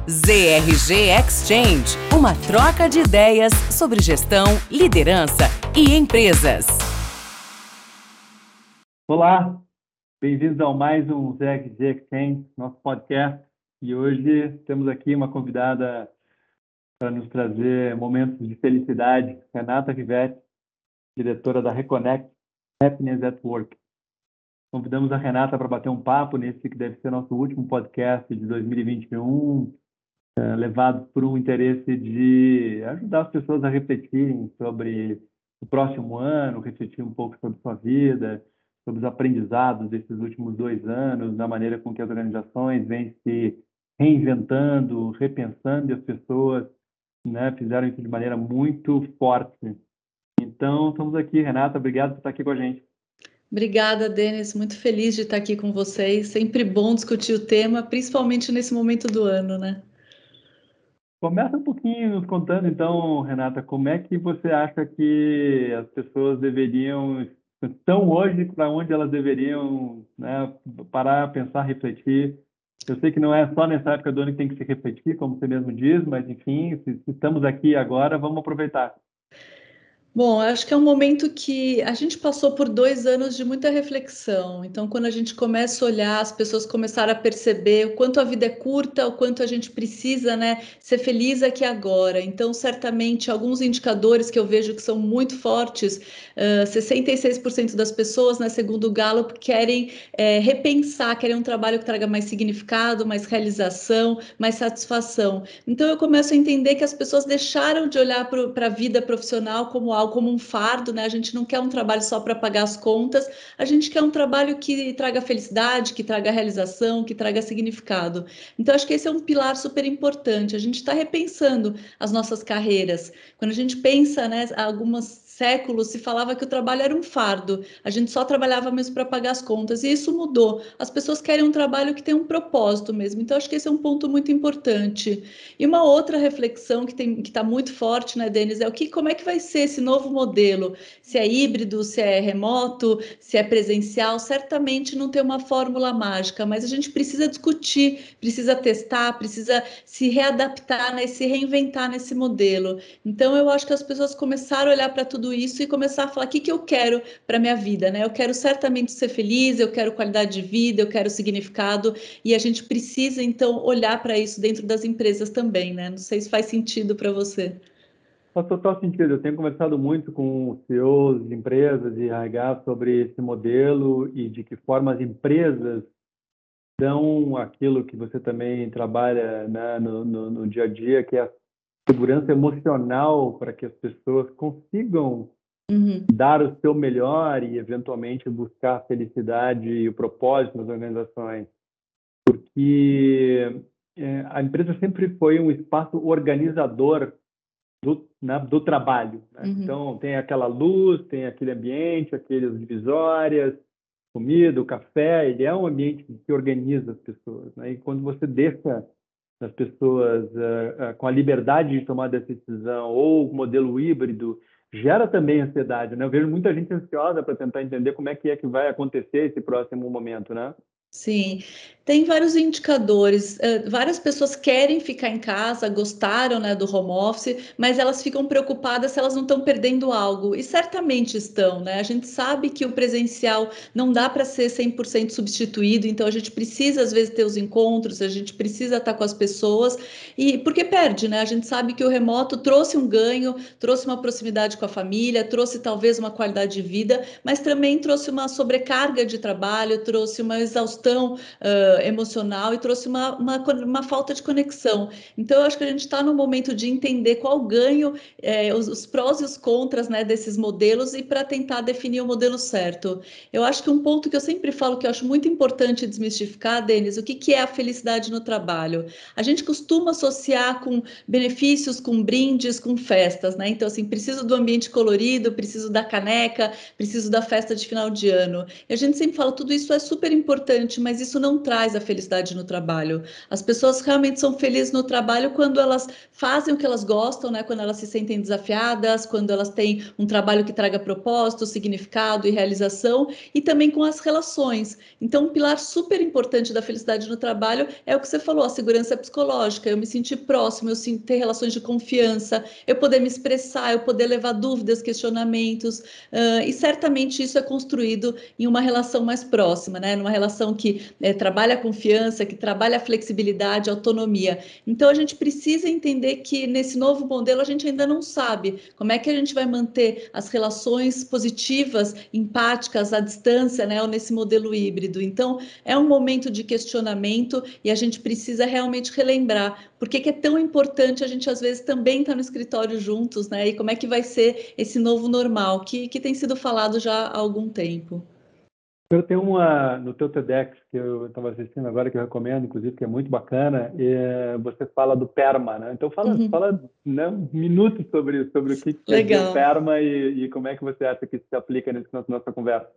ZRG Exchange, uma troca de ideias sobre gestão, liderança e empresas. Olá, bem-vindos a mais um ZRG Exchange, nosso podcast. E hoje temos aqui uma convidada para nos trazer momentos de felicidade, Renata Rivetti, diretora da Reconnect Happiness at Work. Convidamos a Renata para bater um papo nesse que deve ser nosso último podcast de 2021, levado por um interesse de ajudar as pessoas a refletirem sobre o próximo ano, refletir um pouco sobre sua vida, sobre os aprendizados desses últimos 2 anos, da maneira com que as organizações vêm se reinventando, repensando, e as pessoas, né, fizeram isso de maneira muito forte. Então, estamos aqui, Renata, obrigado por estar aqui com a gente. Obrigada, Denis. Muito feliz de estar aqui com vocês. Sempre bom discutir o tema, principalmente nesse momento do ano, né? Começa um pouquinho nos contando, então, Renata, como é que você acha que as pessoas estão hoje, para onde elas deveriam, né, parar, pensar, refletir? Eu sei que não é só nessa época do ano que tem que se refletir, como você mesmo diz, mas, enfim, se estamos aqui agora, vamos aproveitar. Bom, acho que é um momento que a gente passou por 2 anos de muita reflexão. Então, quando a gente começa a olhar, as pessoas começaram a perceber o quanto a vida é curta, o quanto a gente precisa, né, ser feliz aqui agora. Então, certamente, alguns indicadores que eu vejo que são muito fortes, 66% das pessoas, né, segundo o Gallup, querem repensar, querem um trabalho que traga mais significado, mais realização, mais satisfação. Então, eu começo a entender que as pessoas deixaram de olhar para a vida profissional como algo, como um fardo, né? A gente não quer um trabalho só para pagar as contas, a gente quer um trabalho que traga felicidade, que traga realização, que traga significado. Então, acho que esse é um pilar super importante. A gente está repensando as nossas carreiras. Quando a gente pensa, né, alguns séculos se falava que o trabalho era um fardo, a gente só trabalhava mesmo para pagar as contas, e isso mudou. As pessoas querem um trabalho que tem um propósito mesmo. Então, acho que esse é um ponto muito importante. E uma outra reflexão que está muito forte, né, Denis, é como é que vai ser esse novo modelo? Se é híbrido, se é remoto, se é presencial, certamente não tem uma fórmula mágica, mas a gente precisa discutir, precisa testar, precisa se readaptar, né, se reinventar nesse modelo. Então, eu acho que as pessoas começaram a olhar para tudo isso e começar a falar o que eu quero para minha vida, né? Eu quero certamente ser feliz, eu quero qualidade de vida, eu quero significado, e a gente precisa, então, olhar para isso dentro das empresas também, né? Não sei se faz sentido para você. Faz total sentido. Eu tenho conversado muito com CEOs de empresas e RH sobre esse modelo e de que forma as empresas dão aquilo que você também trabalha, né, no dia a dia, que é a segurança emocional para que as pessoas consigam dar o seu melhor e, eventualmente, buscar a felicidade e o propósito nas organizações. Porque a empresa sempre foi um espaço organizador do trabalho, né? Então, tem aquela luz, tem aquele ambiente, aquelas divisórias, comida, o café, ele é um ambiente que organiza as pessoas, né? E quando você deixa as pessoas com a liberdade de tomar essa decisão, ou o modelo híbrido, gera também ansiedade, né? Eu vejo muita gente ansiosa para tentar entender como é que vai acontecer esse próximo momento, né? Sim, tem vários indicadores. Várias pessoas querem ficar em casa, gostaram, né, do home office, mas elas ficam preocupadas se elas não estão perdendo algo. E certamente estão, né? A gente sabe que o presencial não dá para ser 100% substituído, então a gente precisa, às vezes, ter os encontros, a gente precisa estar com as pessoas, e porque perde, né? A gente sabe que o remoto trouxe um ganho, trouxe uma proximidade com a família, trouxe talvez uma qualidade de vida, mas também trouxe uma sobrecarga de trabalho, trouxe uma exaustão emocional e trouxe uma falta de conexão. Então, eu acho que a gente está no momento de entender qual o ganho, os prós e os contras, né, desses modelos, e para tentar definir o modelo certo. Eu acho que um ponto que eu sempre falo que eu acho muito importante desmistificar, Denis, o que é a felicidade no trabalho? A gente costuma associar com benefícios, com brindes, com festas, né? Então, assim, preciso do ambiente colorido, preciso da caneca, preciso da festa de final de ano. E a gente sempre fala, tudo isso é super importante, importante, mas isso não traz a felicidade no trabalho. As pessoas realmente são felizes no trabalho quando elas fazem o que elas gostam, né? Quando elas se sentem desafiadas, quando elas têm um trabalho que traga propósito, significado e realização, e também com as relações. Então, um pilar super importante da felicidade no trabalho é o que você falou, a segurança psicológica. Eu me sentir próximo, ter relações de confiança, eu poder me expressar, eu poder levar dúvidas, questionamentos, e certamente isso é construído em uma relação mais próxima, né? Numa relação que trabalha a confiança, que trabalha a flexibilidade, a autonomia. Então, a gente precisa entender que nesse novo modelo a gente ainda não sabe como é que a gente vai manter as relações positivas, empáticas, à distância, né? Ou nesse modelo híbrido. Então, é um momento de questionamento e a gente precisa realmente relembrar por que é tão importante a gente, às vezes, também estar no escritório juntos, né? E como é que vai ser esse novo normal, que tem sido falado já há algum tempo. Eu tenho uma no teu TEDx que eu estava assistindo agora, que eu recomendo, inclusive, que é muito bacana, e você fala do PERMA, né? Então Uhum. fala, né, um minuto sobre o que quer dizer o Legal. PERMA e como é que você acha que isso se aplica nessa nossa conversa.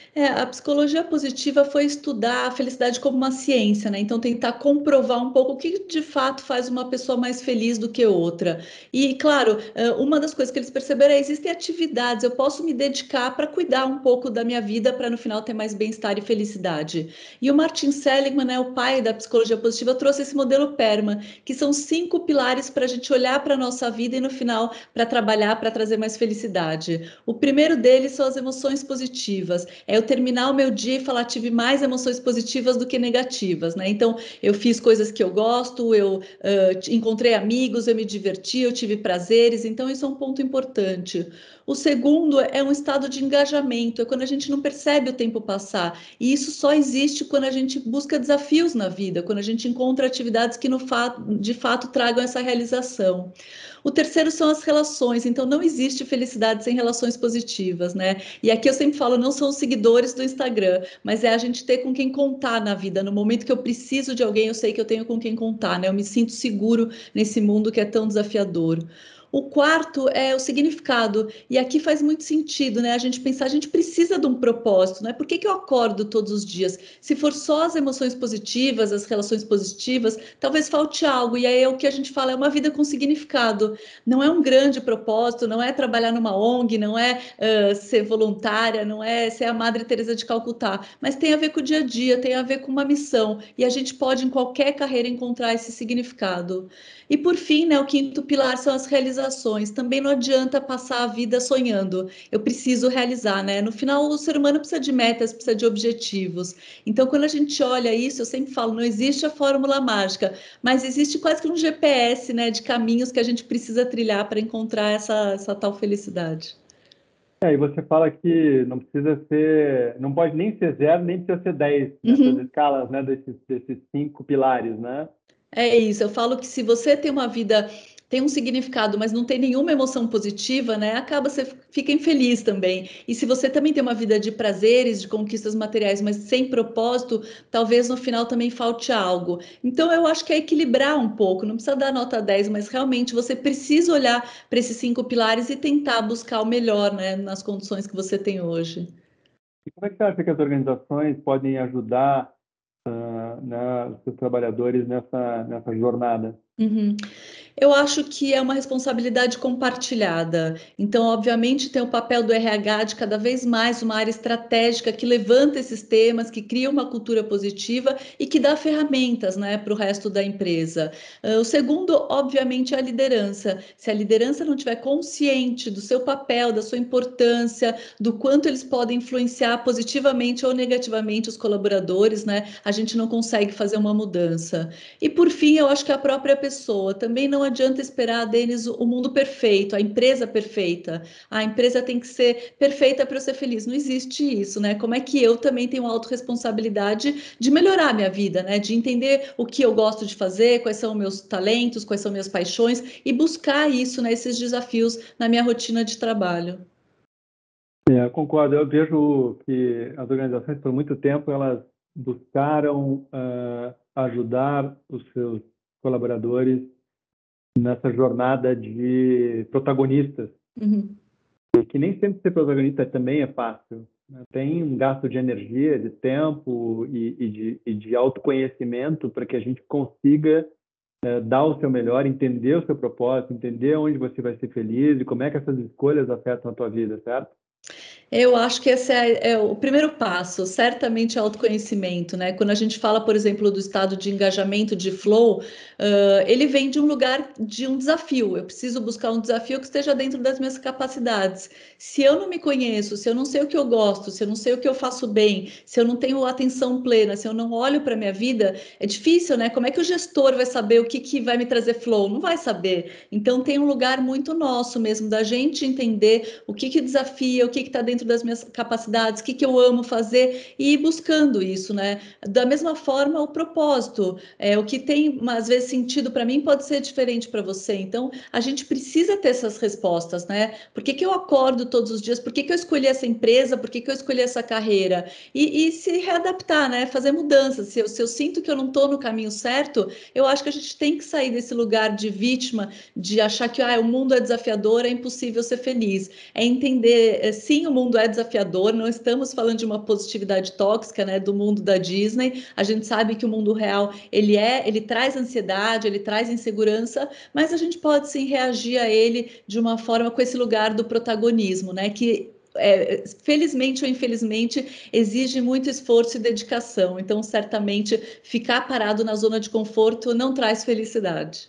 A psicologia positiva foi estudar a felicidade como uma ciência, né? Então, tentar comprovar um pouco o que de fato faz uma pessoa mais feliz do que outra. E, claro, uma das coisas que eles perceberam é que existem atividades, eu posso me dedicar para cuidar um pouco da minha vida, para no final ter mais bem-estar e felicidade. E o Martin Seligman, né, o pai da psicologia positiva, trouxe esse modelo PERMA, que são 5 pilares para a gente olhar para a nossa vida e, no final, para trabalhar, para trazer mais felicidade. O primeiro deles são as emoções positivas. É eu terminar o meu dia e falar, tive mais emoções positivas do que negativas, né? Então, eu fiz coisas que eu gosto, eu encontrei amigos, eu me diverti, eu tive prazeres, então isso é um ponto importante. O segundo é um estado de engajamento, é quando a gente não percebe o tempo passar. E isso só existe quando a gente busca desafios na vida, quando a gente encontra atividades que de fato tragam essa realização. O terceiro são as relações, então não existe felicidade sem relações positivas, né? E aqui eu sempre falo, não são os seguidores do Instagram, mas é a gente ter com quem contar na vida. No momento que eu preciso de alguém, eu sei que eu tenho com quem contar, né? Eu me sinto seguro nesse mundo que é tão desafiador. O quarto é o significado, e aqui faz muito sentido, né? A gente pensar, a gente precisa de um propósito, né? Por que que eu acordo todos os dias? Se for só as emoções positivas, as relações positivas, talvez falte algo, e aí é o que a gente fala, é uma vida com significado. Não é um grande propósito, não é trabalhar numa ONG, não é ser voluntária, não é ser a Madre Teresa de Calcutá, mas tem a ver com o dia a dia, tem a ver com uma missão, e a gente pode em qualquer carreira encontrar esse significado. E por fim, né, o quinto pilar são as realizações. Também não adianta passar a vida sonhando. Eu preciso realizar, né? No final, o ser humano precisa de metas, precisa de objetivos. Então, quando a gente olha isso, eu sempre falo, não existe a fórmula mágica, mas existe quase que um GPS, né, de caminhos que a gente precisa trilhar para encontrar essa tal felicidade. E você fala que não precisa ser, não pode nem ser zero, nem precisa ser 10 nessas Uhum. escalas, né, desses 5 pilares, né? É isso, eu falo que se você tem uma vida, tem um significado, mas não tem nenhuma emoção positiva, né? Acaba, você fica infeliz também. E se você também tem uma vida de prazeres, de conquistas materiais, mas sem propósito, talvez no final também falte algo. Então eu acho que é equilibrar um pouco, não precisa dar nota 10, mas realmente você precisa olhar para esses 5 pilares e tentar buscar o melhor, né, nas condições que você tem hoje. E como é que você acha que as organizações podem ajudar, né, os seus trabalhadores nessa jornada? Uhum. Eu acho que é uma responsabilidade compartilhada. Então, obviamente, tem o papel do RH de cada vez mais uma área estratégica que levanta esses temas, que cria uma cultura positiva e que dá ferramentas, né, para o resto da empresa. O segundo, obviamente, é a liderança. Se a liderança não tiver consciente do seu papel, da sua importância, do quanto eles podem influenciar positivamente ou negativamente os colaboradores, né, a gente não consegue fazer uma mudança. E por fim, eu acho que a própria pessoa também não adianta esperar deles o mundo perfeito, a empresa perfeita. A empresa tem que ser perfeita para eu ser feliz. Não existe isso, né? Como é que eu também tenho a autorresponsabilidade de melhorar a minha vida, né? De entender o que eu gosto de fazer, quais são meus talentos, quais são minhas paixões e buscar isso, né? Esses desafios na minha rotina de trabalho. Eu concordo. Eu vejo que as organizações, por muito tempo, elas buscaram ajudar os seus colaboradores nessa jornada de protagonistas, Uhum. que nem sempre ser protagonista também é fácil. né? Tem um gasto de energia, de tempo e de autoconhecimento para que a gente consiga dar o seu melhor, entender o seu propósito, entender onde você vai ser feliz e como é que essas escolhas afetam a tua vida, certo? Eu acho que esse é o primeiro passo, certamente é autoconhecimento, né? Quando a gente fala, por exemplo, do estado de engajamento, de flow, ele vem de um lugar de um desafio. Eu preciso buscar um desafio que esteja dentro das minhas capacidades. Se eu não me conheço, se eu não sei o que eu gosto, se eu não sei o que eu faço bem, se eu não tenho atenção plena, se eu não olho para a minha vida, é difícil, né? Como é que o gestor vai saber o que, que vai me trazer flow? Não vai saber. Então tem um lugar muito nosso mesmo, da gente entender o que, que desafia, o que está dentro das minhas capacidades, o que, que eu amo fazer e ir buscando isso, né? Da mesma forma, o propósito, o que tem às vezes sentido para mim pode ser diferente para você. Então, a gente precisa ter essas respostas, né? Por que que eu acordo todos os dias? Por que que eu escolhi essa empresa? Por que que eu escolhi essa carreira? E se readaptar, né? Fazer mudanças. Se eu sinto que eu não estou no caminho certo, eu acho que a gente tem que sair desse lugar de vítima, de achar que o mundo é desafiador, é impossível ser feliz. É entender, sim, o mundo é desafiador, não estamos falando de uma positividade tóxica, né, do mundo da Disney. A gente sabe que o mundo real, ele traz ansiedade, ele traz insegurança, mas a gente pode sim reagir a ele de uma forma com esse lugar do protagonismo, né, que felizmente ou infelizmente exige muito esforço e dedicação. Então, certamente, ficar parado na zona de conforto não traz felicidade.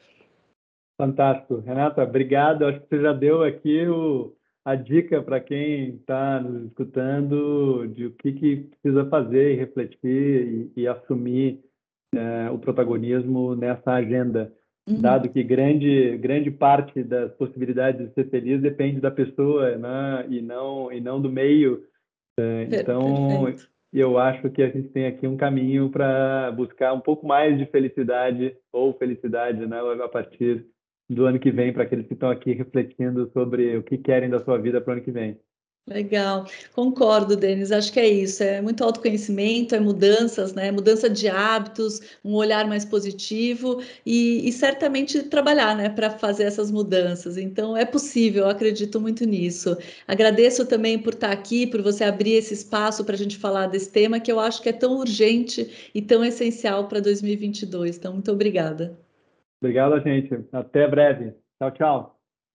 Fantástico. Renata, obrigado. Acho que você já deu aqui a dica para quem está nos escutando de o que precisa fazer e refletir e assumir o protagonismo nessa agenda, Uhum. dado que grande parte das possibilidades de ser feliz depende da pessoa, né? E não do meio. Então, Perfeito. eu acho que a gente tem aqui um caminho para buscar um pouco mais de felicidade ou felicidade, né, a partir do ano que vem, para aqueles que estão aqui refletindo sobre o que querem da sua vida para o ano que vem. Legal, concordo, Denis. Acho que é isso. É muito autoconhecimento, é mudanças, né? Mudança de hábitos, um olhar mais positivo e certamente trabalhar, né, para fazer essas mudanças. Então, é possível, eu acredito muito nisso. Agradeço também por estar aqui, por você abrir esse espaço para a gente falar desse tema que eu acho que é tão urgente e tão essencial para 2022. Então, muito obrigada. Obrigado, gente. Até breve. Tchau, tchau.